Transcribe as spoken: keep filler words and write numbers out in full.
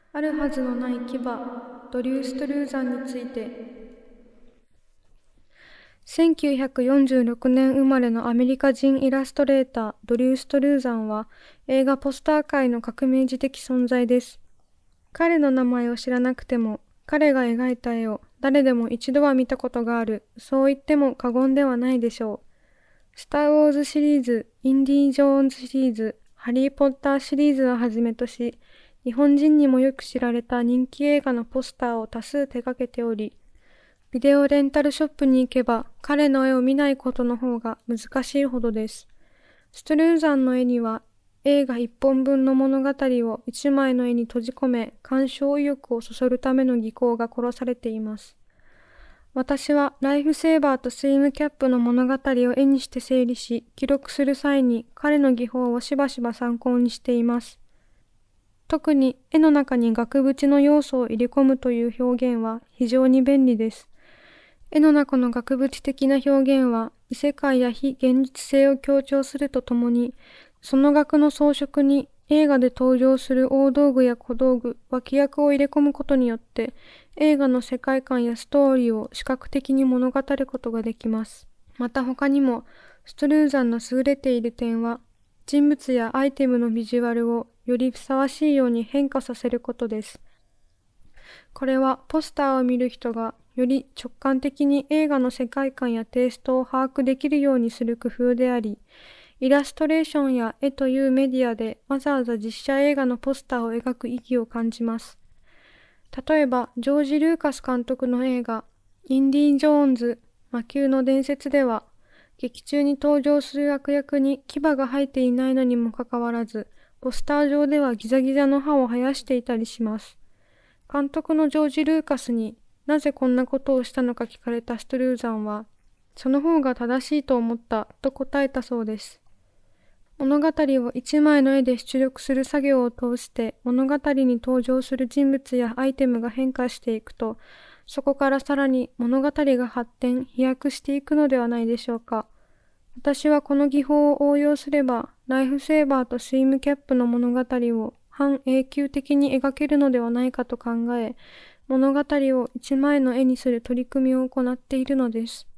あるはずのない牙、ドリューストルーザンについて。せんきゅうひゃくよんじゅうろくねん生まれのアメリカ人イラストレーター、ドリューストルーザンは、映画ポスター界の革命児的存在です。彼の名前を知らなくても、彼が描いた絵を誰でも一度は見たことがある、そう言っても過言ではないでしょう。スター・ウォーズシリーズ、インディ・ジョーンズシリーズ、ハリー・ポッターシリーズをはじめとし、日本人にもよく知られた人気映画のポスターを多数手掛けており、ビデオレンタルショップに行けば彼の絵を見ないことの方が難しいほどです。ストルーザンの絵には映画一本分の物語を一枚の絵に閉じ込め、鑑賞意欲をそそるための技巧が殺されています。私はライフセーバーとスイムキャップの物語を絵にして整理し、記録する際に彼の技法をしばしば参考にしています。特に絵の中に額縁の要素を入れ込むという表現は非常に便利です。絵の中の額縁的な表現は異世界や非現実性を強調するとともに、その額の装飾に映画で登場する大道具や小道具、脇役を入れ込むことによって、映画の世界観やストーリーを視覚的に物語ることができます。また他にも、ストルーザンの優れている点は、人物やアイテムのビジュアルをよりふさわしいように変化させることです。これはポスターを見る人がより直感的に映画の世界観やテイストを把握できるようにする工夫であり、イラストレーションや絵というメディアでわざわざ実写映画のポスターを描く意義を感じます。例えば、ジョージ・ルーカス監督の映画、インディ・ジョーンズ、魔宮の伝説では、劇中に登場する悪役に牙が生えていないのにもかかわらず、ポスター上ではギザギザの歯を生やしていたりします。監督のジョージ・ルーカスになぜこんなことをしたのか聞かれたストルーザンは、その方が正しいと思ったと答えたそうです。物語を一枚の絵で出力する作業を通して物語に登場する人物やアイテムが変化していくと、そこからさらに物語が発展、飛躍していくのではないでしょうか。私はこの技法を応用すれば、ライフセーバーとスイムキャップの物語を半永久的に描けるのではないかと考え、物語を一枚の絵にする取り組みを行っているのです。